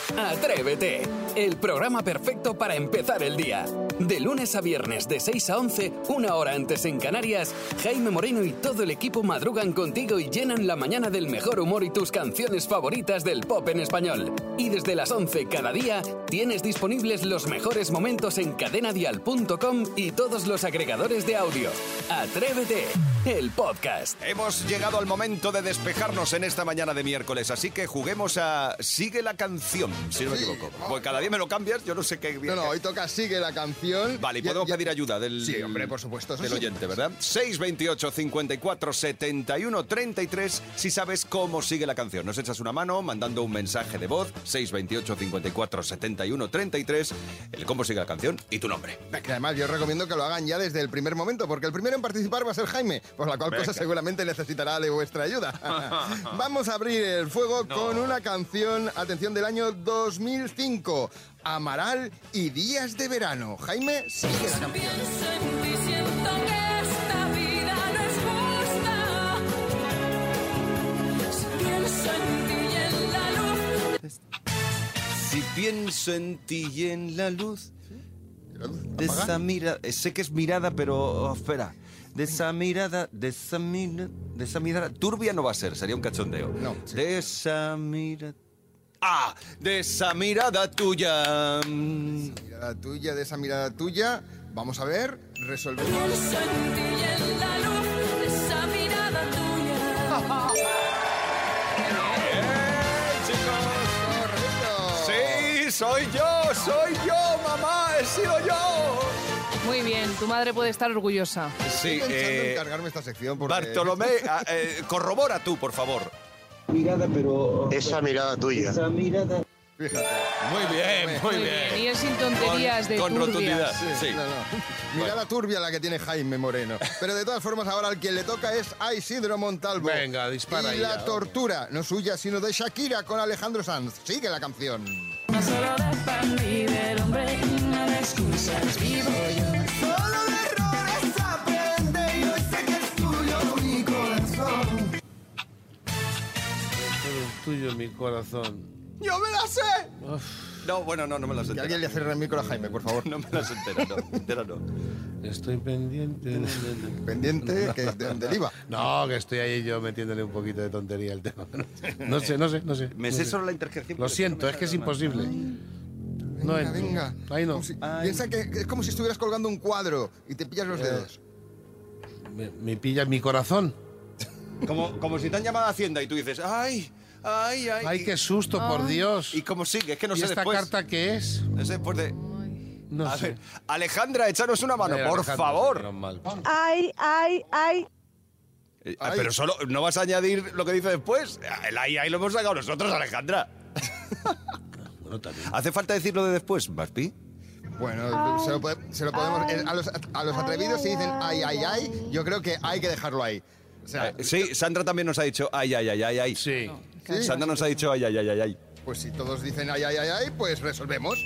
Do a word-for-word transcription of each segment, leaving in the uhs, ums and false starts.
Atrévete, el programa perfecto para empezar el día. De lunes a viernes de seis a once, una hora antes en Canarias, Jaime Moreno y todo el equipo madrugan contigo y llenan la mañana del mejor humor y tus canciones favoritas del pop en español. Y desde las once cada día tienes disponibles los mejores momentos en cadena dial punto com y todos los agregadores de audio. Atrévete, el podcast. Hemos llegado al momento de despejarnos en esta mañana de miércoles, así que juguemos a Sigue la canción, si no me equivoco. Pues cada día me lo cambias, yo no sé qué... No, no, hoy toca Sigue la canción. Vale, y podemos ya, ya... pedir ayuda del... Sí, hombre, por supuesto. Eso del sí. oyente, ¿verdad? seis veintiocho, cincuenta y cuatro, setenta y uno, treinta y tres, si sabes cómo sigue la canción. Nos echas una mano mandando un mensaje de voz, seis veintiocho, cincuenta y cuatro, setenta y uno, treinta y tres, el cómo sigue la canción y tu nombre. Venga. Y además yo recomiendo que lo hagan ya desde el primer momento, porque el primero en participar va a ser Jaime, por la cual Venga. cosa seguramente necesitará de vuestra ayuda. Vamos a abrir el fuego No. con una canción, atención, del año dos mil cinco. Amaral y Días de Verano. Jaime, sigue la canción. Pienso en ti, siento que esta vida no es justa. Si pienso en ti y en la luz. Si pienso en ti y en la luz de ¿Apaga? esa mirada... Sé que es mirada, pero... oh, espera. De esa mirada, de esa mirada... De esa mirada... Turbia no va a ser, sería un cachondeo. No, sí. De esa mirada... ¡Ah! De esa mirada tuya. Mirada tuya, de esa mirada tuya. Vamos a ver, resolvemos. Pienso en ti y en la luz de esa mirada tuya. Correcto. ¡Sí! ¡Soy yo! ¡Soy yo, mamá! ¡He sido yo! Muy bien, tu madre puede estar orgullosa. Sí, Estoy pensando eh, en cargarme esta sección porque... Bartolomé, ah, eh, corrobora tú, por favor. mirada, pero... Esa mirada tuya. Esa mirada... Fíjate. Muy bien, muy Muy bien, y es sin tonterías de Con turbias. rotundidad, sí. No, no. Mirada turbia la que tiene Jaime Moreno. Pero de todas formas, ahora al quien le toca es a Isidro Montalvo. Venga, dispara Y ahí la ya, tortura, no suya, sino de Shakira con Alejandro Sanz. Sigue la canción. No solo de pan vive el hombre, no de excusas vivo yo. Solo de errores aprende y hoy sé que es tuyo mi corazón. Todo es tuyo, mi corazón. ¡Yo me la sé! Uf, No, bueno, no, no me las Que entero. alguien le cierre el micro a Jaime, por favor. No me las entero, no, entero no. estoy pendiente. de- de- Pendiente que de, del IVA. No, que estoy ahí yo metiéndole un poquito de tontería al tema. No sé, no sé, no sé. Me no sé sé. solo la interjección. Lo pero siento, no me es que es sale nada. imposible. No Venga, entro. venga. Ahí no. Como si- piensa que, que es como si estuvieras colgando un cuadro y te pillas los Eh, dedos. Me, me pilla mi corazón. Como, como si te han llamado a Hacienda y tú dices, ¡ay! ¡Ay, ay! Ay, qué susto, por Dios. ¿Y cómo sigue? Es que no ¿Y sé esta después. carta qué es? No sé después de... No A sé. ver, Alejandra, échanos una mano, Venga, por Alejandro, favor. menos mal. Ay, ay, ay. Eh, ah, Ay. pero solo, ¿no vas a añadir lo que dice después? El ay, ay lo hemos sacado nosotros, Alejandra. Bueno, también. ¿Hace falta decir lo de después, Baspi? Bueno, se lo, pode- se lo podemos... eh, A los, a los atrevidos si dicen ay, ay, ay, yo creo que hay que dejarlo ahí. O sea, Eh, sí, Sandra también nos ha dicho ay, ay, ay, ay, ay. Sí. ¿sí? Sandra nos ha dicho ay, ay, ay, ay, ay. Pues si todos dicen ay, ay, ay, ay, pues resolvemos.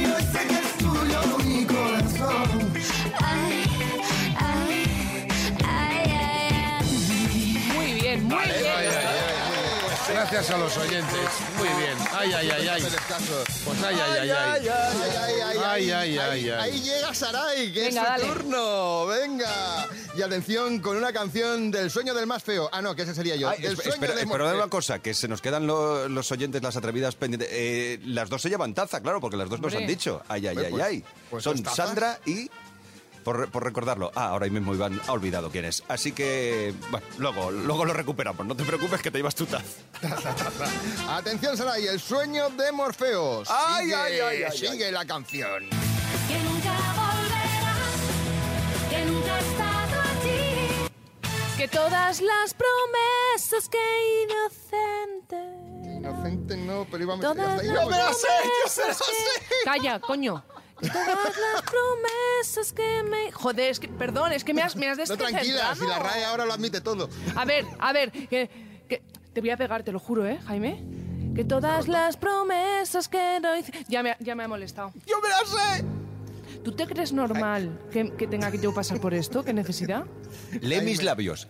Muy bien, muy Vale, bien. ay, ay, ay, Gracias a los oyentes. Muy bien. Ay, ay, ay, ay. hacerles caso. Pues ay, ay, ay, ay. Ay, ay, ay, Ay, ay, Ahí- ay, ay. Ahí llega Saray, que Venga, es su dale. turno. Venga. Y atención con una canción del sueño del más feo. Ah, no, que ese sería yo. Ay, del esp- sueño espera, de eh, Morfeo. pero una cosa, que se nos quedan lo- los oyentes, las atrevidas pendientes. Eh, las dos se llevan taza, claro, porque las dos nos Hombre. han dicho ay, ay, Hombre, ay, pues- ay. pues Son dos tazas. Sandra y... Por, re- por recordarlo. Ah, ahora mismo Iván ha olvidado quién es. Así que, bueno, luego, luego lo recuperamos. No te preocupes que te llevas tu taza. Atención, Saray, el sueño de Morfeo. Ay, Sigue, ay, ay, ay, sigue la canción. Que nunca volverás, que nunca he estado allí. Que todas las promesas que inocente. Inocente no, pero iba a meter Todas hasta ahí. las ¡Yo me la sé! ¡Yo me la promesas sé! que- Calla, coño. Que todas las promesas que me... Joder, es que, perdón, es que me has, me has No, tranquila, desconcentrado. si la R A E ahora lo admite todo. A ver, a ver, que, que... Te voy a pegar, te lo juro, ¿eh, Jaime? Que todas las promesas que no hice... Ya me, ha- ya me ha molestado. ¡Yo me la sé! ¿Tú te crees normal que, que tenga que yo pasar por esto? ¿Qué necesidad? Lee mis labios.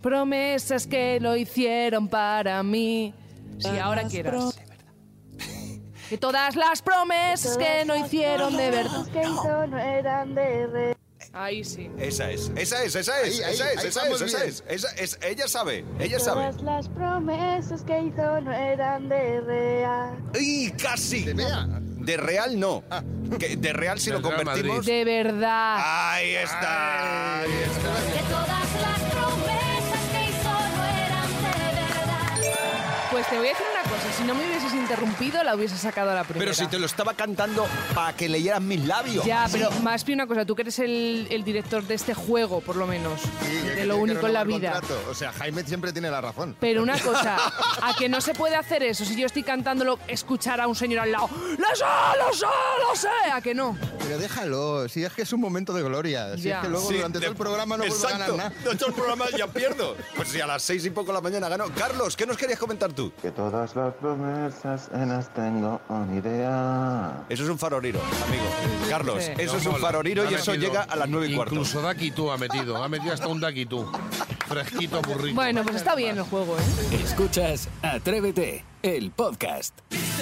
Promesas que lo hicieron para mí. Si ahora quieras. Que todas las promesas que no hicieron de verdad. Los que hizo no eran de re- Ahí sí. Esa es, esa es, esa es, Ahí, ahí, esa es, ahí esa vamos es, esa bien. es, esa es. Ella sabe, ella sabe. Todas las promesas que hizo no eran de real. ¡Y casi! De vea. De real no. Que de real si Del lo Real convertimos. Madrid. De verdad. Ahí está. Ahí está. Que todas las promesas que hizo no eran de verdad. Pues te voy a decir una cosa. Si no me hubieses interrumpido, la hubiese sacado a la primera. Pero si te lo estaba cantando para que leyeras mis labios. Ya, pero más que una cosa, tú que eres el, el director de este juego, por lo menos, Sí, que de tiene lo que único en la renovar vida. contrato. O sea, Jaime siempre tiene la razón. Pero una cosa, a que no se puede hacer eso, si yo estoy cantándolo, escuchar a un señor al lado, ¡lo sé, lo sé, lo sé! ¿A que no? Pero déjalo, si es que es un momento de gloria. Si Ya. es que luego Sí, durante de- todo el programa no vuelvo a Exacto. ganar nada. De todo el programa ya pierdo. Pues si a las seis y poco de la mañana ganó. Carlos, ¿qué nos querías comentar tú? Que todas las promesas en las tengo una idea. Eso es un faroriro, amigo. Carlos, Sí. eso No es un mola. faroriro Ha y eso metido- llega a las nueve y cuarto. Incluso Daquitú ha metido. Ha metido hasta un Daquitú. Fresquito, muy rico. Bueno, pues está bien el juego, ¿eh? Escuchas Atrévete, el podcast.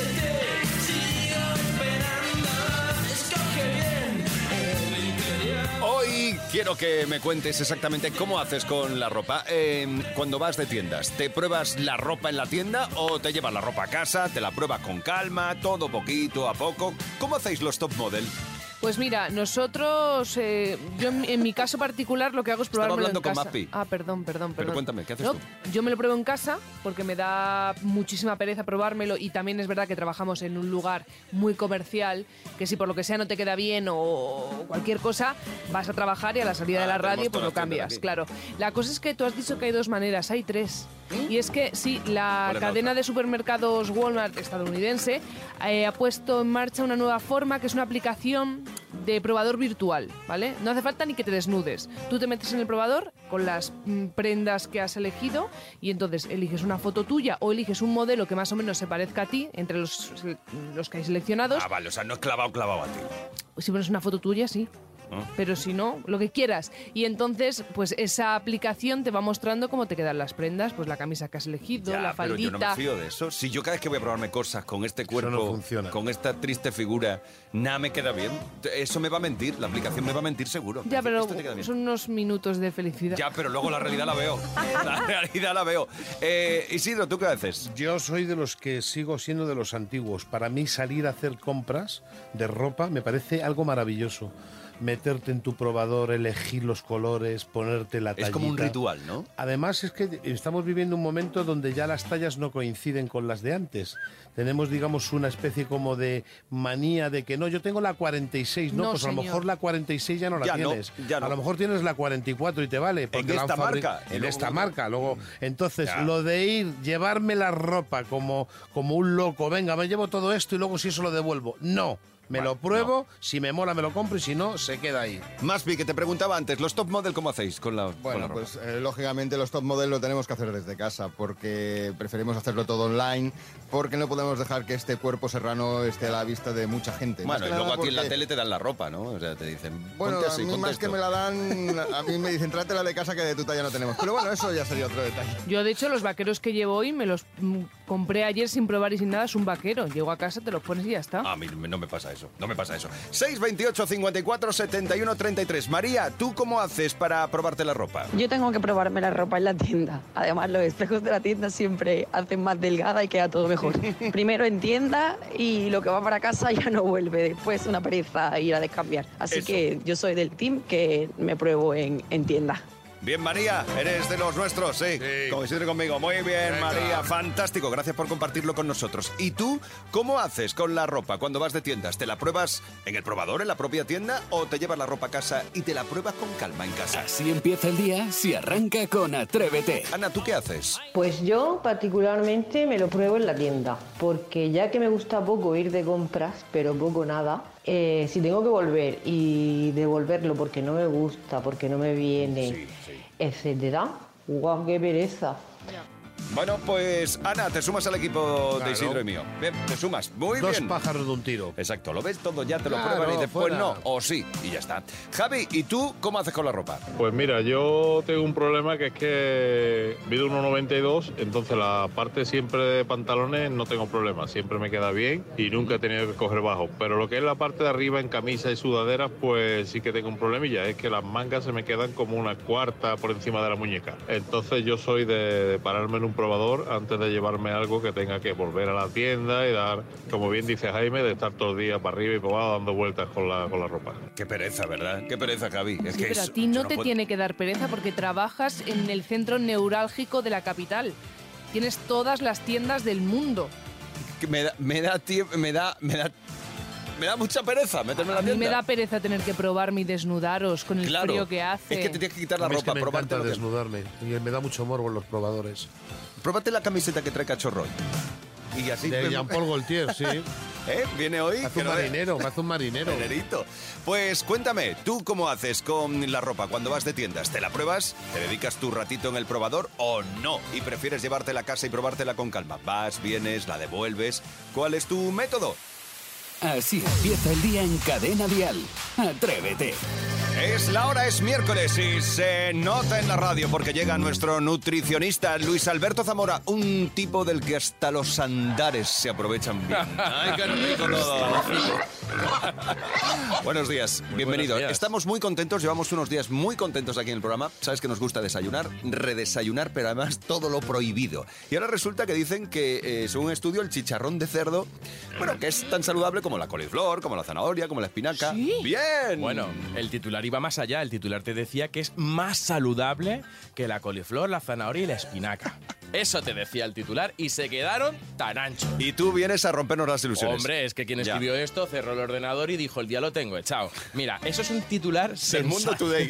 Hoy quiero que me cuentes exactamente cómo haces con la ropa. Eh, cuando vas de tiendas, ¿te pruebas la ropa en la tienda o te llevas la ropa a casa, te la pruebas con calma, todo poquito a poco? ¿Cómo hacéis los top model? Pues mira, nosotros, eh, yo en, mi- en mi caso particular lo que hago es Estaba probármelo hablando en con casa. Mapi. Ah, perdón, perdón, Pero perdón. cuéntame, ¿qué haces No, tú? Yo me lo pruebo en casa porque me da muchísima pereza probármelo y también es verdad que trabajamos en un lugar muy comercial que si por lo que sea no te queda bien o cualquier cosa, vas a trabajar y a la salida Ah, de la tenemos radio pues todas lo las tiendas cambias, aquí. claro. La cosa es que tú has dicho que hay dos maneras, hay tres. Y es que sí, la ¿Cuál es la cadena otra? de supermercados Walmart estadounidense eh, ha puesto en marcha una nueva forma que es una aplicación de probador virtual, ¿vale? No hace falta ni que te desnudes. Tú te metes en el probador con las mm, prendas que has elegido y entonces eliges una foto tuya o eliges un modelo que más o menos se parezca a ti entre los, los que hay seleccionados. Ah, vale, o sea, no es clavado, clavado a ti. Si pones una foto tuya, sí. Pero si no, lo que quieras. Y entonces, pues esa aplicación te va mostrando cómo te quedan las prendas, pues la camisa que has elegido, Ya, la pero faldita. yo no me fío de eso. Si yo cada vez que voy a probarme cosas con este cuerpo, no funciona. con esta triste figura, nada me queda bien. Eso me va a mentir, la aplicación me va a mentir seguro. Ya, Dice, pero "Esto te queda bien". son unos minutos de felicidad. Ya, pero luego la realidad la veo. La realidad la veo. Eh, Isidro, ¿tú qué haces? Yo soy de los que sigo siendo de los antiguos. Para mí salir a hacer compras de ropa me parece algo maravilloso. Meterte en tu probador, elegir los colores, ponerte la tallita. Es como un ritual, ¿no? Además es que estamos viviendo un momento donde ya las tallas no coinciden con las de antes. Tenemos, digamos, una especie como de manía de que no, yo tengo la cuarenta y seis, ¿no? No, pues a lo señor. mejor la cuarenta y seis ya no la Ya no, tienes. ya no. A lo mejor tienes la cuarenta y cuatro y te vale. porque la han esta fabri- marca, y En luego esta otra. marca. Luego, entonces, Ya. lo de ir, llevarme la ropa como, como un loco, venga, me llevo todo esto y luego si eso lo devuelvo. No. Me Bueno, lo pruebo, si me mola me lo compro y si no, se queda ahí. Maspi, que te preguntaba antes, los top model, ¿cómo hacéis con la, con la Bueno, ropa? pues eh, lógicamente los top model lo tenemos que hacer desde casa porque preferimos hacerlo todo online, porque no podemos dejar que este cuerpo serrano esté a la vista de mucha gente. Más Bueno, y que luego nada aquí en la porque- tele te dan la ropa, ¿no? O sea, te dicen, Bueno, ponte así, a mí ponte más esto. que me la dan, a mí me dicen, trátela de casa que de tu talla no tenemos. Pero bueno, eso ya sería otro detalle. Yo, de hecho, los vaqueros que llevo hoy me los mm, compré ayer sin probar y sin nada. Es un vaquero. Llego a casa, te los pones y ya está. A mí no me pasa eso, no me pasa eso. seis veintiocho, cincuenta y cuatro, setenta y uno, treinta y tres. María, ¿tú cómo haces para probarte la ropa? Yo tengo que probarme la ropa en la tienda. Además, los espejos de la tienda siempre hacen más delgada y queda todo mejor. Primero en tienda y lo que va para casa ya no vuelve. Después una pereza ir a descambiar. Así Eso. que yo soy del team que me pruebo en, en tienda. Bien, María, eres de los nuestros, sí. Sí. Como Isidro conmigo. Muy bien, Venga. María, fantástico. Gracias por compartirlo con nosotros. ¿Y tú cómo haces con la ropa cuando vas de tiendas? ¿Te la pruebas en el probador, en la propia tienda, o te llevas la ropa a casa y te la pruebas con calma en casa? Así empieza el día si arranca con Atrévete. Ana, ¿tú qué haces? Pues yo particularmente me lo pruebo en la tienda, porque ya que me gusta poco ir de compras, pero poco nada, eh, si tengo que volver y devolverlo porque no me gusta, porque no me viene, etcétera, ¡guau, qué pereza! Bueno, pues Ana, te sumas al equipo Claro. de Isidro y mío. Bien, te sumas. Muy Dos bien. pájaros de un tiro. Exacto, lo ves todo, ya te lo Claro, prueban y después fuera. no, o sí, y ya está. Javi, ¿y tú cómo haces con la ropa? Pues mira, yo tengo un problema que es que mido uno noventa y dos, entonces la parte siempre de pantalones no tengo problema, siempre me queda bien y nunca he tenido que coger bajo. Pero lo que es la parte de arriba en camisa y sudaderas, pues sí que tengo un problemilla, es que las mangas se me quedan como una cuarta por encima de la muñeca. Entonces yo soy de, de pararme en un probador antes de llevarme algo que tenga que volver a la tienda y dar, como bien dice Jaime, de estar todo el día para arriba y para abajo dando vueltas con la, con la ropa. Qué pereza, ¿verdad? Qué pereza, Javi. Es Sí, que pero es- a ti yo no te puedo- tiene que dar pereza porque trabajas en el centro neurálgico de la capital. Tienes todas las tiendas del mundo. que me da, me da tiempo, me da, me da, me da mucha pereza meterme en la A mí tienda. me da pereza tener que probarme y desnudaros con el Claro, frío que hace. es que te tienes que quitar la A mí es ropa, que me probarte encanta lo que- desnudarme. Y me da mucho morbo en los probadores. Pruébate la camiseta que trae Cachorro. Y así De Jean-Paul Gaultier, sí. ¿Eh? Viene hoy. Me hace que un no es- marinero, me hace un marinero. Marinerito. Pues cuéntame, ¿tú cómo haces con la ropa cuando vas de tiendas? ¿Te la pruebas? ¿Te dedicas tu ratito en el probador o no? ¿Y prefieres llevártela a casa y probártela con calma? ¿Vas, vienes, la devuelves? ¿Cuál es tu método? Así empieza el día en Cadena Dial. Atrévete. Es la hora, es miércoles y se nota en la radio porque llega nuestro nutricionista Luis Alberto Zamora, un tipo del que hasta los andares se aprovechan bien. ¡Ay, qué rico todo! Buenos días, bienvenido. buenos días. Estamos muy contentos, llevamos unos días muy contentos aquí en el programa. Sabes que nos gusta desayunar, redesayunar, pero además todo lo prohibido. Y ahora resulta que dicen que, eh, según un estudio, el chicharrón de cerdo, bueno, que es tan saludable como la coliflor, como la zanahoria, como la espinaca. ¡Bien! Bueno, el titular iba más allá. El titular te decía que es más saludable que la coliflor, la zanahoria y la espinaca. Eso te decía el titular y se quedaron tan anchos. Y tú vienes a rompernos las ilusiones. Hombre, es que quien Ya. escribió esto cerró el ordenador y dijo, el día lo tengo echado. Mira, eso es un titular Del sensa- Mundo Today.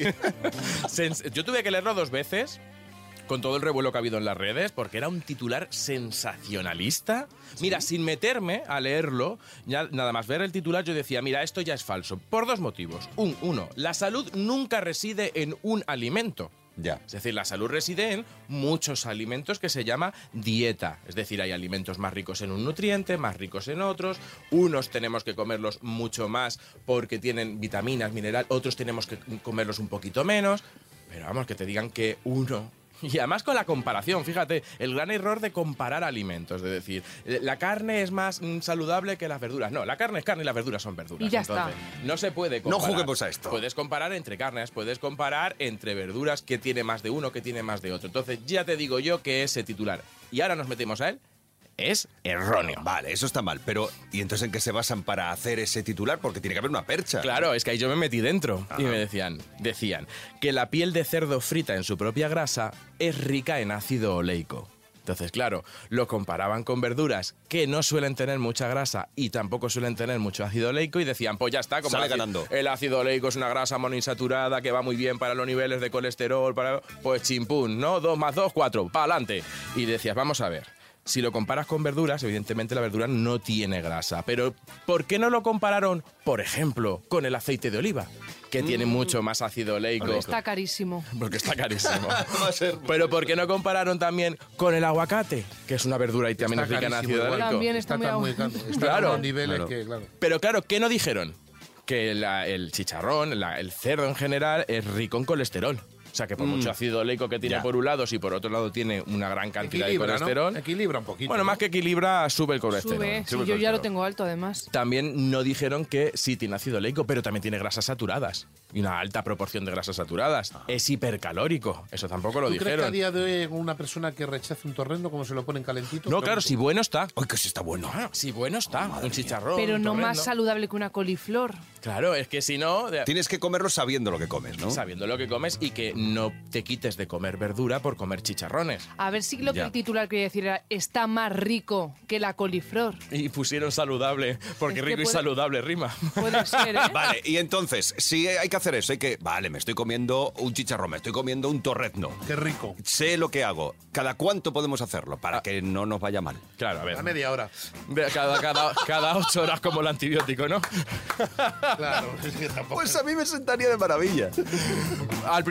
Sens- Yo tuve que leerlo dos veces con todo el revuelo que ha habido en las redes, porque era un titular sensacionalista. Mira, sin meterme a leerlo, ya nada más ver el titular, yo decía, mira, esto ya es falso. Por dos motivos. Un, uno, la salud nunca reside en un alimento. Ya. Es decir, la salud reside en muchos alimentos que se llama dieta. Es decir, hay alimentos más ricos en un nutriente, más ricos en otros. Unos tenemos que comerlos mucho más porque tienen vitaminas, mineral. Otros tenemos que comerlos un poquito menos. Pero vamos, que te digan que uno... Y además con la comparación, fíjate, el gran error de comparar alimentos, de decir, eh, la carne es más mm, saludable que las verduras. No, la carne es carne y las verduras son verduras. Y ya está. No se puede No comparar. juguemos a esto. Puedes comparar entre carnes, puedes comparar entre verduras, que tiene más de uno, que tiene más de otro. Entonces ya te digo yo que ese titular, y ahora nos metemos a él, es erróneo. Vale, eso está mal, pero ¿y entonces en qué se basan para hacer ese titular? Porque tiene que haber una percha. Claro, es que ahí yo me metí dentro y Ajá. me decían, decían que la piel de cerdo frita en su propia grasa es rica en ácido oleico. Entonces, claro, lo comparaban con verduras que no suelen tener mucha grasa y tampoco suelen tener mucho ácido oleico y decían, pues ya está, como Sale el ácido- ganando. el ácido oleico es una grasa monoinsaturada que va muy bien para los niveles de colesterol, para pues chimpún, ¿no? Dos más dos, cuatro, para adelante. Y decías, vamos a ver. Si lo comparas con verduras, evidentemente la verdura no tiene grasa. Pero ¿por qué no lo compararon, por ejemplo, con el aceite de oliva? Que tiene mucho más ácido oleico. Está carísimo. Porque está carísimo. Pero ¿por qué no compararon también con el aguacate? Que es una verdura y también es Está rica en carísimo ácido igual. oleico. También está, Está muy tan agu- muy caro. Está Claro. a unos niveles Claro. que, claro. Pero claro, ¿qué no dijeron? Que la- el chicharrón, la- el cerdo en general, es rico en colesterol. O sea, que por Mm. mucho ácido oleico que tiene Ya. por un lado, si por otro lado tiene una gran cantidad Equilibra, de colesterol... ¿no? Equilibra un poquito. Bueno, ¿no? más que equilibra, sube el colesterol. Sube, Sube sí, el yo ya colesterol. lo tengo alto además. También no dijeron que sí tiene ácido oleico, pero también tiene grasas saturadas. Y una alta proporción de grasas saturadas. Es hipercalórico. Eso tampoco lo ¿Tú crees que a dijeron. día de hoy una persona que rechace un torrendo, como se lo ponen calentito? No, claro, si bueno está. ¡Ay, que sí está bueno! Ah, si bueno está. Un chicharrón. Pero un no más torrendo. saludable que una coliflor. Claro, es que si no... de- Tienes que comerlo sabiendo lo que comes, ¿no? Sabiendo lo que comes y que no te quites de comer verdura por comer chicharrones. A ver si lo que Ya. el titular quería decir era está más rico que la coliflor. Y pusieron saludable, porque Es que rico y puede- saludable rima. Puede ser, ¿eh? Vale, y entonces, si hay que hacer eso, hay que... Vale, me estoy comiendo un chicharrón, me estoy comiendo un torrezno. Qué rico. Sé lo que hago. ¿Cada cuánto podemos hacerlo para que no nos vaya mal? Claro, a ver. A media hora. De- Cada, cada, cada ocho horas como el antibiótico, ¿no? Claro, es que tampoco. Pues a mí me sentaría de maravilla. Al principio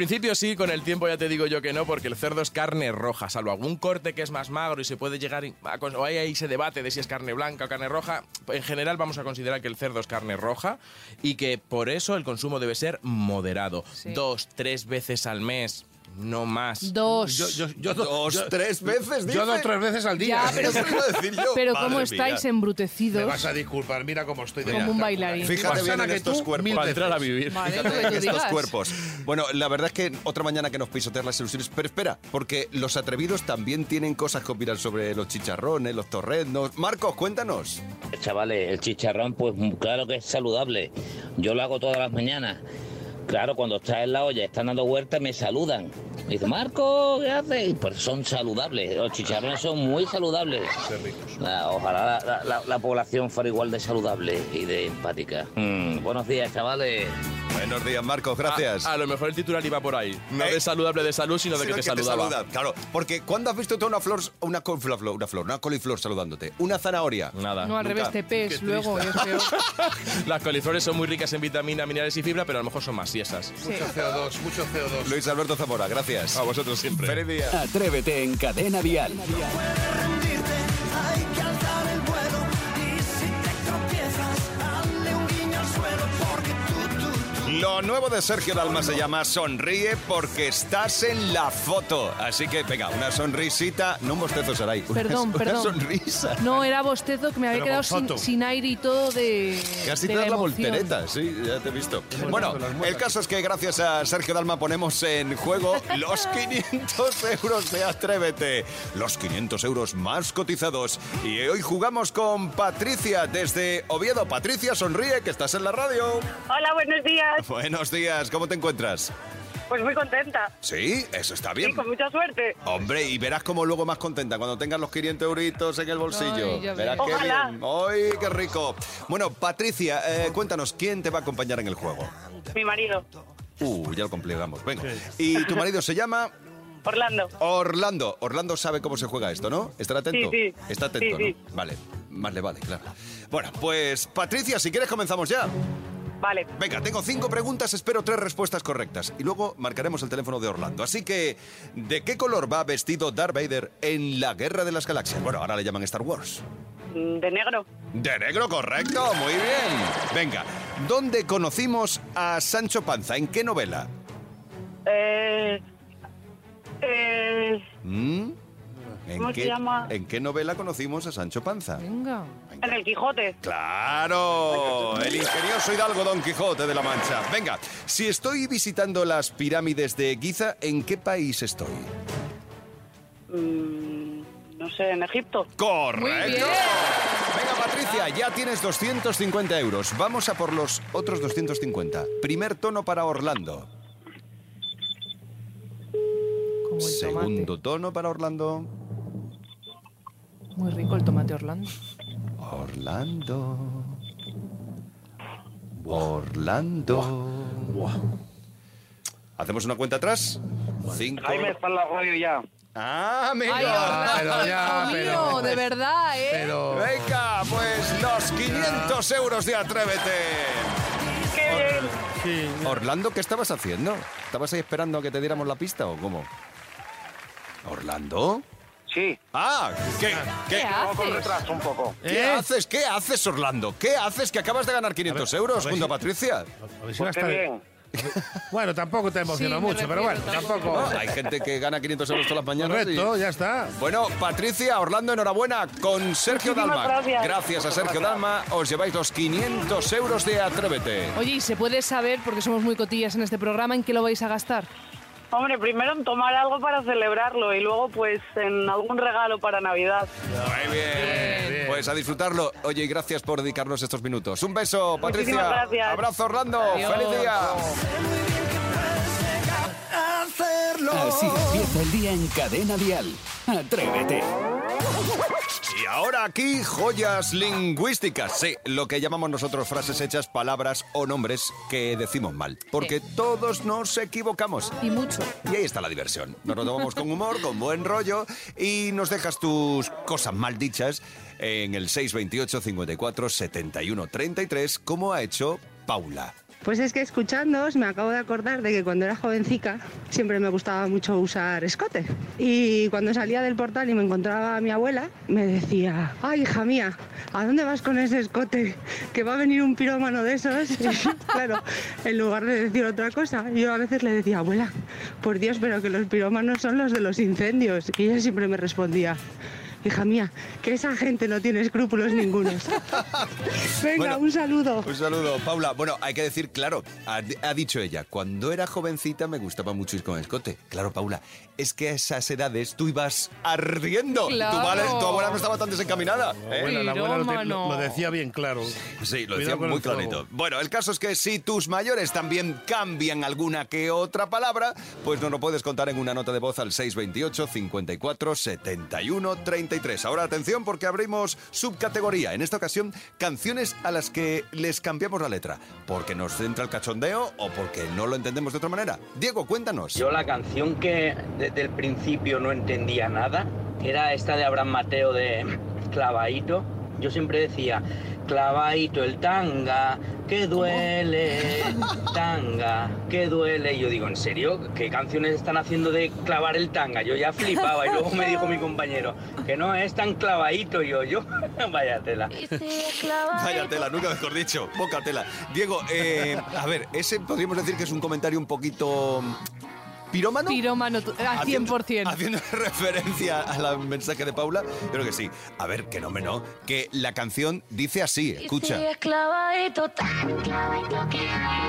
sí, con el tiempo ya te digo yo que no, porque el cerdo es carne roja, salvo algún corte que es más magro y se puede llegar a, o hay ahí ese debate de si es carne blanca o carne roja. En general vamos a considerar que el cerdo es carne roja y que por eso el consumo debe ser moderado. Sí. Dos, tres veces al mes. No más. Dos. Yo, yo, yo, Dos, yo- tres veces, dice. Yo dos, tres veces al día. Ya, pero, Eso iba a decir yo. pero Madre ¿cómo mía. estáis Me embrutecidos? vas a disculpar, mira cómo estoy de Como un bailarín. Fíjate Más bien sana en que estos tú, cuerpos. mil Para entrar a veces. vivir. Vale, Fíjate lo que en tú estos digas. cuerpos. Bueno, la verdad es que otra mañana que nos pisotean las ilusiones. Pero espera, porque los atrevidos también tienen cosas que opinar sobre los chicharrones, los torreznos. Marcos, cuéntanos. Chavales, el chicharrón, pues claro que es saludable. Yo lo hago todas las mañanas. Claro, cuando estás en la olla, están dando vueltas, me saludan. Me dicen, Marco, ¿qué haces? Y pues son saludables. Los chicharrones son muy saludables. Ah, Ojalá la, la- la- la población fuera igual de saludable y de empática. Mm, buenos días, chavales. Buenos días, Marcos, gracias. A, a lo mejor el titular iba por ahí. No Eh, de saludable de salud, sino de que Sino te saludaba. saluda. Claro, porque ¿cuándo has visto tú una flor, una coliflor, una flor, una coliflor saludándote? Una zanahoria. Nada. No, al Nunca. revés, te pes luego. y es peor. Las coliflores son muy ricas en vitamina, minerales y fibra, pero a lo mejor son más siesas. Sí. Mucho C O dos, mucho C O dos. Luis Alberto Zamora, gracias. A vosotros siempre. Feliz día. Atrévete en Cadena Dial. Hay que alzar el vuelo y si te tropiezas, dale un guiño al suelo porque tú, tú, tú. Lo nuevo de Sergio Dalma se llama Sonríe porque estás en la foto. Así que, venga, una sonrisita, no un bostezo, Saray. Una- Perdón, una perdón. sonrisa. No, era bostezo que me había Pero quedado con sin, foto. sin aire y todo de. Casi de te das la emoción. voltereta, sí, ya te he visto. Bueno, las muelas. el caso es que gracias a Sergio Dalma ponemos en juego los quinientos euros de Atrévete. Los quinientos euros más cotizados. Y hoy jugamos con Patricia desde Oviedo. Patricia, sonríe, que estás en la radio. Hola, buenos días. Buenos días, ¿cómo te encuentras? Pues muy contenta. Sí, eso está bien. Sí, con mucha suerte. Hombre, y verás como luego más contenta cuando tengas los quinientos euritos en el bolsillo. Ay, ya verás ves. qué Ojalá. bien. ¡Ay, qué rico! Bueno, Patricia, eh, cuéntanos, ¿quién te va a acompañar en el juego? Mi marido, Uh, ya lo complicamos. Venga. ¿Y tu marido se llama? Orlando. Orlando. Orlando sabe cómo se juega esto, ¿no? ¿Estará atento? Sí, sí. Está atento, Sí, sí. ¿no? Vale, más le vale, claro. Bueno, pues Patricia, si quieres comenzamos ya. Vale. Venga, tengo cinco preguntas, espero tres respuestas correctas. Y luego marcaremos el teléfono de Orlando. Así que, ¿de qué color va vestido Darth Vader en la Guerra de las Galaxias? Bueno, ahora le llaman Star Wars. Mm, De negro. De negro, correcto, muy bien. Venga, ¿dónde conocimos a Sancho Panza? ¿En qué novela? Eh, eh, ¿Mm? ¿En ¿Cómo se qué, llama? ¿En qué novela conocimos a Sancho Panza? Venga. en el Quijote. ¡Claro! El ingenioso hidalgo Don Quijote de la Mancha. Venga, si estoy visitando las pirámides de Giza, ¿en qué país estoy? Mm, no sé, en Egipto. ¡Correcto! Muy bien. Venga, Patricia, ya tienes doscientos cincuenta euros. Vamos a por los otros doscientos cincuenta. Primer tono para Orlando. Como el Segundo tono para Orlando. tomate. Muy rico el tomate Orlando. Orlando. Orlando. ¿Hacemos una cuenta atrás? Cinco. Jaime está en la radio ya. ¡Ah, amigo! Ay, Orlando, pero ya, hijo pero- mío, de verdad, ¿eh? Pero... Venga, pues los quinientos euros de Atrévete. ¡Qué bien! Sí. Orlando, ¿qué estabas haciendo? ¿Estabas ahí esperando a que te diéramos la pista o cómo? ¿Orlando? Sí. Ah, ¿qué, qué, ¿Qué Vamos con haces? retraso un poco. ¿qué ¿Eh? haces? ¿Qué haces, Orlando? ¿Qué haces que acabas de ganar quinientos euros a ver junto a si- Patricia? A ver si Pues va a qué estar- bien. Bueno, tampoco te emociona Sí, me mucho, pero refiero, bueno, tampoco. tampoco... No, hay gente que gana quinientos euros todas las mañanas. y- Correcto, ya está. Bueno, Patricia, Orlando, enhorabuena con Sergio Muchísimas Dalma. gracias. a Sergio Dalma os lleváis los quinientos euros de Atrévete. Oye, ¿y se puede saber, porque somos muy cotillas en este programa, en qué lo vais a gastar? Hombre, primero en tomar algo para celebrarlo y luego pues en algún regalo para Navidad. Muy bien. Pues a disfrutarlo. Oye, y gracias por dedicarnos estos minutos. Un beso, Patricia. Muchísimas gracias. Abrazo, Orlando. Adiós. Feliz día. Así empieza el día en Cadena Dial. Atrévete. Y ahora aquí, joyas lingüísticas. Sí, lo que llamamos nosotros frases hechas, palabras o nombres que decimos mal. Porque todos nos equivocamos. Y mucho. Y ahí está la diversión. Nos lo tomamos con humor, con buen rollo y nos dejas tus cosas mal dichas en el seis veintiocho, cincuenta y cuatro, setenta y uno, treinta y tres, como ha hecho Paula. Pues es que escuchándoos me acabo de acordar de que cuando era jovencica siempre me gustaba mucho usar escote. Y cuando salía del portal y me encontraba a mi abuela, me decía, ay, hija mía, ¿a dónde vas con ese escote? Que va a venir un pirómano de esos. Y claro, en lugar de decir otra cosa, yo a veces le decía, abuela, por Dios, pero que los pirómanos son los de los incendios. Y ella siempre me respondía, hija mía, que esa gente no tiene escrúpulos ningunos. Venga, Bueno, un saludo. Un saludo, Paula. Bueno, hay que decir, claro, ha, ha dicho ella, cuando era jovencita me gustaba mucho ir con escote. Claro, Paula, es que a esas edades tú ibas ardiendo. Claro. Tu, vale- tu abuela no estaba tan desencaminada. ¿eh? Abuela, la abuela lo, te- lo- lo decía bien claro. Sí, lo Cuidado decía con muy el fuego. clarito. Bueno, el caso es que si tus mayores también cambian alguna que otra palabra, pues nos lo puedes contar en una nota de voz al seis veintiocho, cincuenta y cuatro, setenta y uno, treinta y tres. Ahora atención porque abrimos subcategoría. En esta ocasión, canciones a las que les cambiamos la letra. Porque nos entra el cachondeo o porque no lo entendemos de otra manera. Diego, cuéntanos. Yo la canción que desde el principio no entendía nada era esta de Abraham Mateo de Clavadito. Yo siempre decía, clavadito el tanga, que duele, tanga, que duele. Y yo digo, ¿en serio? ¿Qué canciones están haciendo de clavar el tanga? Yo ya flipaba y luego me dijo mi compañero, que no es tan clavadito. Y yo, yo, vaya tela. Vaya tela, nunca mejor dicho. Poca tela. Diego, eh, a ver, ese podríamos decir que es un comentario un poquito... ¿Pirómano? Pirómano, tú- al cien por ciento. Haciendo, haciendo referencia al mensaje de Paula, creo que sí. A ver, que no me no, que la canción dice así, escucha. clavadito, tan clavadito que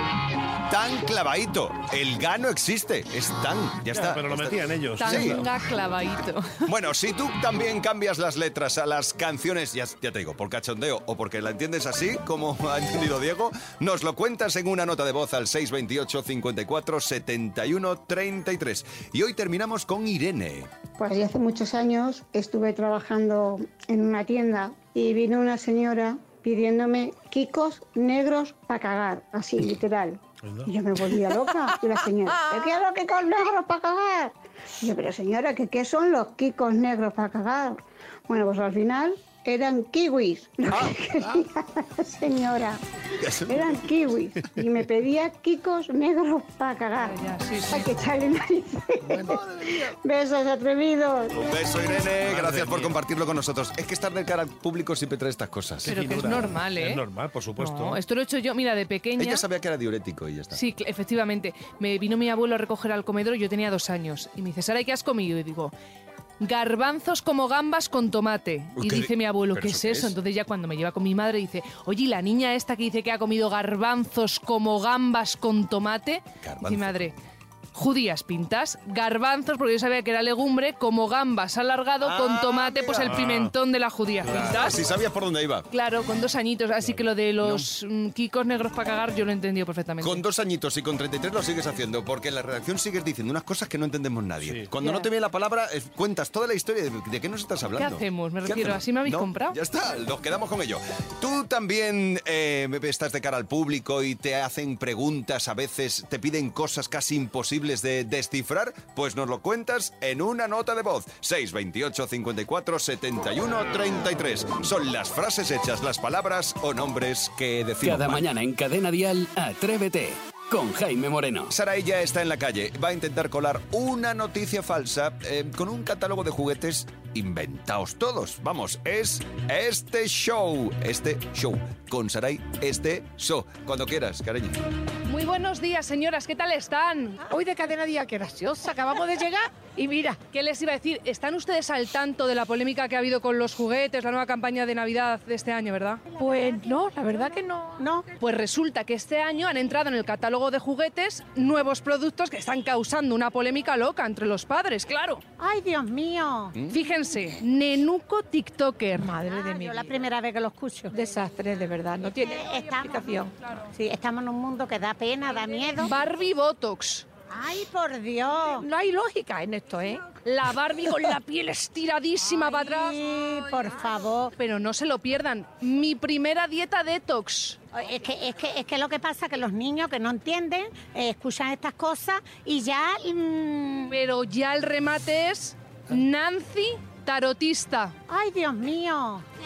Tan clavadito. El ga no existe, es tan, ya está. pero lo Está- metían ellos. Sí. Tanga clavadito. Bueno, si tú también cambias las letras a las canciones, ya, ya te digo, por cachondeo o porque la entiendes así, como ha entendido Diego, nos lo cuentas en una nota de voz al seis veintiocho, cincuenta y cuatro, setenta y uno, treinta y tres. Y hoy terminamos con Irene. Pues ya hace muchos años estuve trabajando en una tienda y vino una señora pidiéndome quicos negros para cagar, así, literal. Y yo me volvía loca. Y la señora, ¿qué quiero quicos negros para cagar? Y yo, pero señora, ¿qué, ¿qué son los quicos negros para cagar? Bueno, pues al final eran kiwis. Lo que quería la señora. Eran kiwis. Y me pedía quicos negros para cagar. Hay que echarle narices. Besos atrevidos. Un beso, Irene. Gracias por compartirlo con nosotros. Es que estar de cara al público siempre trae estas cosas. Pero que es normal, ¿eh? Es normal, por supuesto. No, esto lo he hecho yo, mira, de pequeña. Ella sabía que era diurético y ya está. Sí, cl- efectivamente. Me vino mi abuelo a recoger al comedor, yo tenía dos años. Y me dice, Sara, ¿y qué has comido? Y digo, garbanzos como gambas con tomate. Uy, Y qué dice ri- mi abuelo, ¿pero ¿qué eso es qué eso? es? Entonces ya cuando me lleva con mi madre dice, oye, ¿y la niña esta que dice que ha comido garbanzos como gambas con tomate? Garbanzo. Dice mi madre, judías pintas, garbanzos, porque yo sabía que era legumbre, como gambas alargado con tomate, pues el pimentón de la judía pintas. Si sabías por dónde iba. Claro, con dos añitos, así que lo de los mm, quicos negros para cagar yo lo he entendido perfectamente. Con dos añitos y con treinta y tres lo sigues haciendo, porque en la redacción sigues diciendo unas cosas que no entendemos nadie. Cuando Ya. no te viene la palabra, eh, cuentas toda la historia de, de qué nos estás hablando. ¿Qué hacemos? Me ¿Qué refiero, hacemos? ¿así me habéis No, comprado? Ya está, nos quedamos con ello. Tú también eh, estás de cara al público y te hacen preguntas, a veces te piden cosas casi imposibles de descifrar, pues nos lo cuentas en una nota de voz. seis veintiocho, cincuenta y cuatro, setenta y uno, treinta y tres. Son las frases hechas, las palabras o nombres que decimos Cada mal. mañana en Cadena Dial, Atrévete, con Jaime Moreno. Sara ella está en la calle, va a intentar colar una noticia falsa eh, con un catálogo de juguetes inventaos todos. Vamos, es este show, este show, con Saray, este show. Cuando quieras, cariño. Muy buenos días, señoras, ¿qué tal están? Hoy de Cadena Día, qué graciosa, acabamos de llegar y mira. ¿Qué les iba a decir? ¿Están ustedes al tanto de la polémica que ha habido con los juguetes, la nueva campaña de Navidad de este año, verdad? Pues no, la verdad que no, no. Pues resulta que este año han entrado en el catálogo de juguetes nuevos productos que están causando una polémica loca entre los padres, claro. Ay, Dios mío. Fíjense, Nenuco TikToker. Madre de mí. Yo la primera vez que lo escucho. Desastre, de verdad, no tiene explicación. Sí, estamos en un mundo que da pena, da miedo. Barbie Botox. Ay, por Dios. No hay lógica en esto, ¿eh? La Barbie con la piel estiradísima para atrás. Sí, por favor. Pero no se lo pierdan. Mi primera dieta detox. Es que, es que, es que lo que pasa es que los niños que no entienden eh, escuchan estas cosas y ya... Mmm... Pero ya el remate es Nancy Tarotista. Ay, Dios mío. Qué lástima.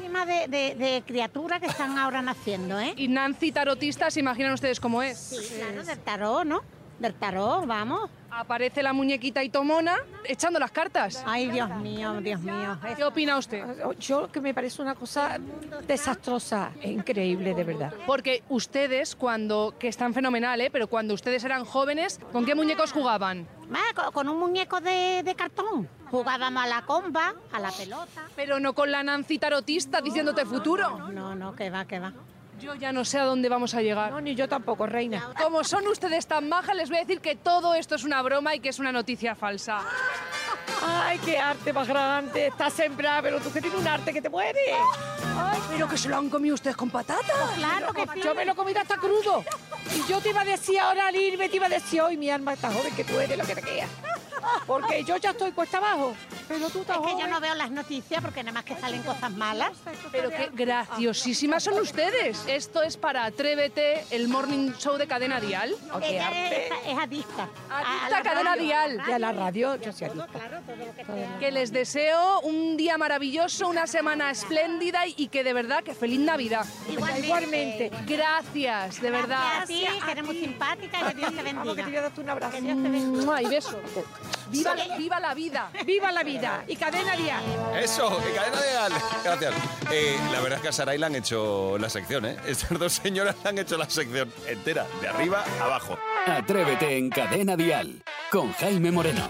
Tema de, de, de criaturas que están ahora naciendo, ¿eh? Y Nancy tarotista, ¿se imaginan ustedes cómo es? Sí, claro, del tarot, ¿no? Del tarot, vamos. Aparece la muñequita y tomona echando las cartas. Ay, Dios mío, Dios mío. ¿Qué opina usted? Yo que me parece una cosa desastrosa, es increíble, de verdad. Porque ustedes, cuando, que están fenomenal, ¿eh? Pero cuando ustedes eran jóvenes, ¿con qué muñecos jugaban? Ah, con, con un muñeco de, de cartón. Jugábamos a la comba, a la pelota. Pero no con la Nancy tarotista diciéndote futuro. No, no, no, que va, que va. Yo ya no sé a dónde vamos a llegar. No, ni yo tampoco, reina. Como son ustedes tan majas, les voy a decir que todo esto es una broma y que es una noticia falsa. Ay, qué arte más grande. Estás sembrada, pero tú que tienes un arte que te muere. Ay, pero que se lo han comido ustedes con patata. Claro que sí. Yo me lo he comido hasta crudo. Y yo te iba a decir ahora al irme, te iba a decir hoy, mi alma está joven, que tú eres lo que te queda. Porque yo ya estoy cuesta abajo. Pero tú estás Es que joven. yo no veo las noticias porque nada más que salen cosas malas. Pero qué graciosísimas son ustedes. Esto es para Atrévete, el morning show de Cadena Dial. Oh, qué Ella arte. es, es adicta. Adicta a Cadena Dial. Y a la radio, yo soy adicta. Claro, todo lo que sea. Que les deseo un día maravilloso, una semana espléndida y que de verdad, que feliz Navidad. Igualmente. Igualmente. Gracias, de verdad. Sí, que eres muy simpática y que Dios te Vamos, que te voy a bendiga. dar un abrazo. Que Dios te bendiga. ¡Mua! Y beso. Viva, viva la vida. ¡Viva la vida! Y Cadena Dial. Eso, y cadena de Al. Gracias. Eh, la verdad es que a Saray le han hecho la sección, ¿eh? Estas dos señoras le han hecho la sección entera, de arriba a abajo. Atrévete en Cadena Dial con Jaime Moreno.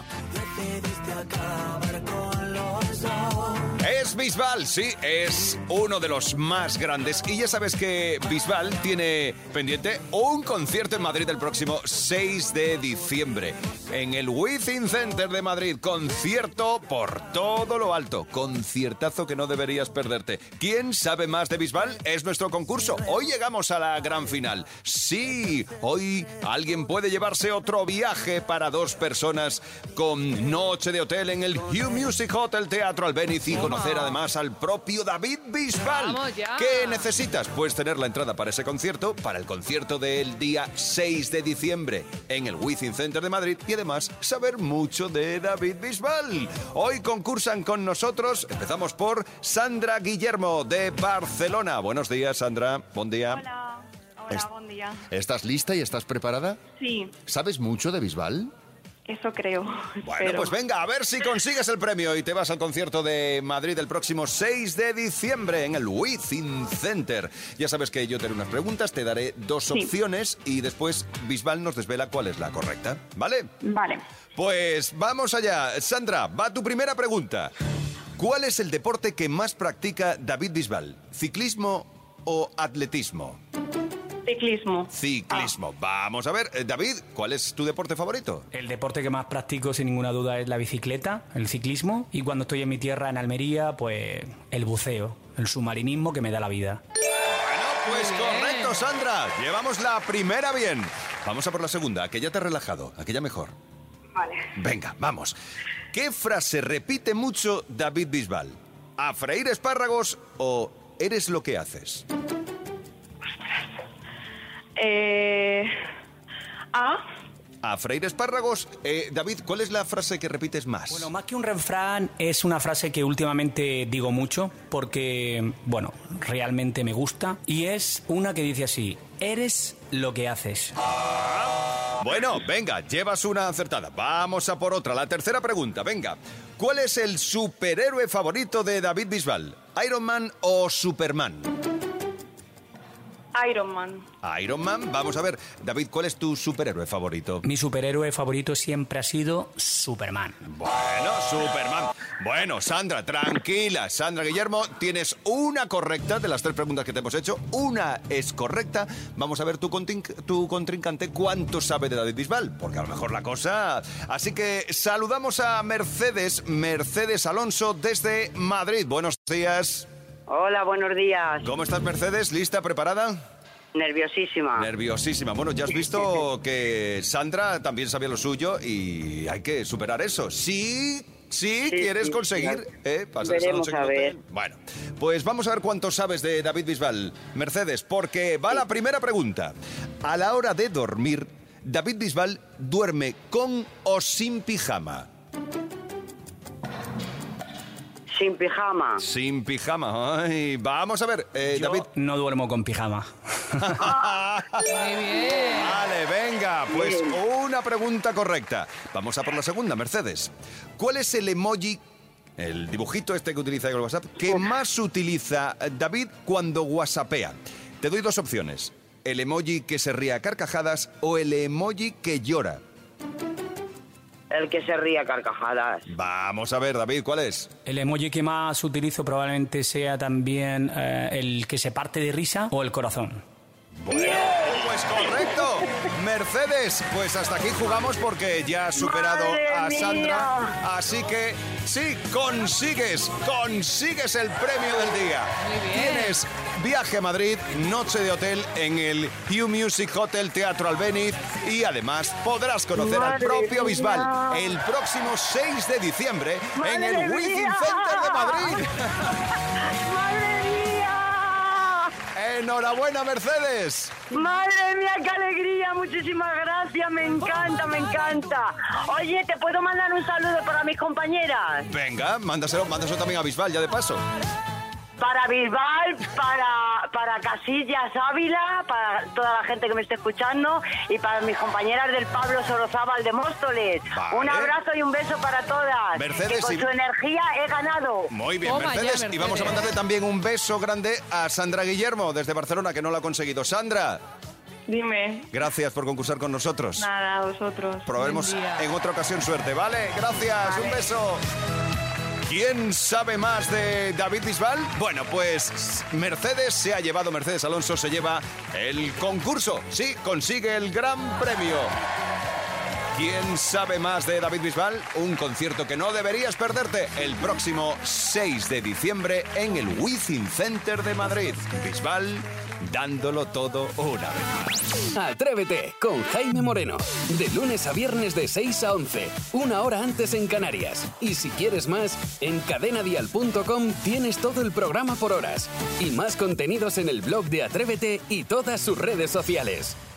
Es Bisbal, sí, es uno de los más grandes. Y ya sabes que Bisbal tiene pendiente un concierto en Madrid el próximo seis de diciembre. En el Within Center de Madrid. Concierto por todo lo alto. Conciertazo que no deberías perderte. ¿Quién sabe más de Bisbal? Es nuestro concurso. Hoy llegamos a la gran final. Sí, hoy alguien puede llevarse otro viaje para dos personas con noche de hotel en el Hugh Music Hotel Teatro Albéniz y conocer además al propio David Bisbal. ¡Vamos ya! ¿Qué necesitas? Pues tener la entrada para ese concierto, para el concierto del día seis de diciembre en el Within Center de Madrid y además saber mucho de David Bisbal. Hoy concursan con nosotros, empezamos por Sandra Guillermo de Barcelona. Buenos días, Sandra. Buen día. Hola, hola, Es- buen día. ¿Estás lista y estás preparada? Sí, ¿Sabes mucho de Bisbal? eso creo. Bueno, espero. pues venga, a ver si consigues el premio y te vas al concierto de Madrid el próximo seis de diciembre en el Within Center. Ya sabes que yo te haré unas preguntas, te daré dos Sí. opciones y después Bisbal nos desvela cuál es la correcta, ¿vale? Vale. Pues vamos allá. Sandra, va tu primera pregunta. ¿Cuál es el deporte que más practica David Bisbal? ¿Ciclismo o atletismo? Ciclismo. Ciclismo. Vamos a ver, eh, David, ¿cuál es tu deporte favorito? El deporte que más practico sin ninguna duda es la bicicleta, el ciclismo, y cuando estoy en mi tierra, en Almería, pues el buceo, el submarinismo que me da la vida. Pues correcto, Sandra. Llevamos la primera bien. Vamos a por la segunda, aquella te ha relajado, aquella mejor. Vale. Venga, vamos. ¿Qué frase repite mucho David Bisbal? ¿A freír espárragos o eres lo que haces? Eh, A. A freír espárragos. Eh, David, ¿cuál es la frase que repites más? Bueno, más que un refrán, es una frase que últimamente digo mucho porque, bueno, realmente me gusta. Y es una que dice así: eres lo que haces. Bueno, venga, llevas una acertada. Vamos a por otra. La tercera pregunta, venga. ¿Cuál es el superhéroe favorito de David Bisbal? ¿Iron Man o Superman? Iron Man. Iron Man. Vamos a ver, David, ¿cuál es tu superhéroe favorito? Mi superhéroe favorito siempre ha sido Superman. Bueno, Superman. Bueno, Sandra, tranquila. Sandra Guillermo, tienes una correcta de las tres preguntas que te hemos hecho. Una es correcta. Vamos a ver tu, contin- tu contrincante cuánto sabe de David Bisbal, porque a lo mejor la cosa... Así que saludamos a Mercedes, Mercedes Alonso desde Madrid. Buenos días. Hola, buenos días. ¿Cómo estás, Mercedes? ¿Lista, preparada? Nerviosísima. Nerviosísima. Bueno, ya has visto que Sandra también sabía lo suyo y hay que superar eso. Sí, sí, Sí, quieres sí, conseguir claro. eh, pasar esa Veremos noche en a el ver. hotel. Bueno, pues vamos a ver cuánto sabes de David Bisbal, Mercedes, porque va la primera pregunta. A la hora de dormir, David Bisbal duerme con o sin pijama. Sin pijama. Sin pijama. Ay, vamos a ver, eh, Yo David. no duermo con pijama. Muy bien. Vale, venga, pues una pregunta correcta. Vamos a por la segunda, Mercedes. ¿Cuál es el emoji, el dibujito este que utiliza el WhatsApp, que más utiliza David cuando whatsappea? Te doy dos opciones. El emoji que se ríe a carcajadas o el emoji que llora. El que se ríe a carcajadas. Vamos a ver, David, ¿cuál es? El emoji que más utilizo probablemente sea también eh, el que se parte de risa o el corazón. Bueno, pues correcto. Mercedes, pues hasta aquí jugamos porque ya has superado ¡Madre a mía! Sandra. Así que sí, consigues, consigues el premio del día. Muy bien. Tienes viaje a Madrid, noche de hotel en el Hugh Music Hotel Teatro Albéniz y además podrás conocer al ¡Madre propio mía! Bisbal el próximo seis de diciembre en el ¡Madre Wizzing mía! Center de Madrid. ¡Madre mía! ¡Enhorabuena, Mercedes! ¡Madre mía, qué alegría! Muchísimas gracias, me encanta, me encanta. Oye, ¿te puedo mandar un saludo para mis compañeras? Venga, mándaselo, mándaselo también a Bisbal, ya de paso. Para Bisbal, para, para Casillas Ávila, para toda la gente que me esté escuchando y para mis compañeras del Pablo Sorozábal de Móstoles. Vale. Un abrazo y un beso para todas. Mercedes, que con y- su energía he ganado. Muy bien, Toma ya, Mercedes. Y Mercedes. vamos a mandarle también un beso grande a Sandra Guillermo, desde Barcelona, que no lo ha conseguido. Sandra, Dime. gracias por concursar con nosotros. Nada, a vosotros. Probemos Buen día. en otra ocasión suerte, ¿vale? Gracias, un beso. ¿Quién sabe más de David Bisbal? Bueno, pues Mercedes se ha llevado, Mercedes Alonso se lleva el concurso. Sí, consigue el gran premio. ¿Quién sabe más de David Bisbal? Un concierto que no deberías perderte el próximo seis de diciembre en el Wizzing Center de Madrid. Bisbal dándolo todo una vez más. Atrévete con Jaime Moreno. De lunes a viernes de seis a once, una hora antes en Canarias. Y si quieres más, en cadena dial punto com tienes todo el programa por horas. Y más contenidos en el blog de Atrévete y todas sus redes sociales.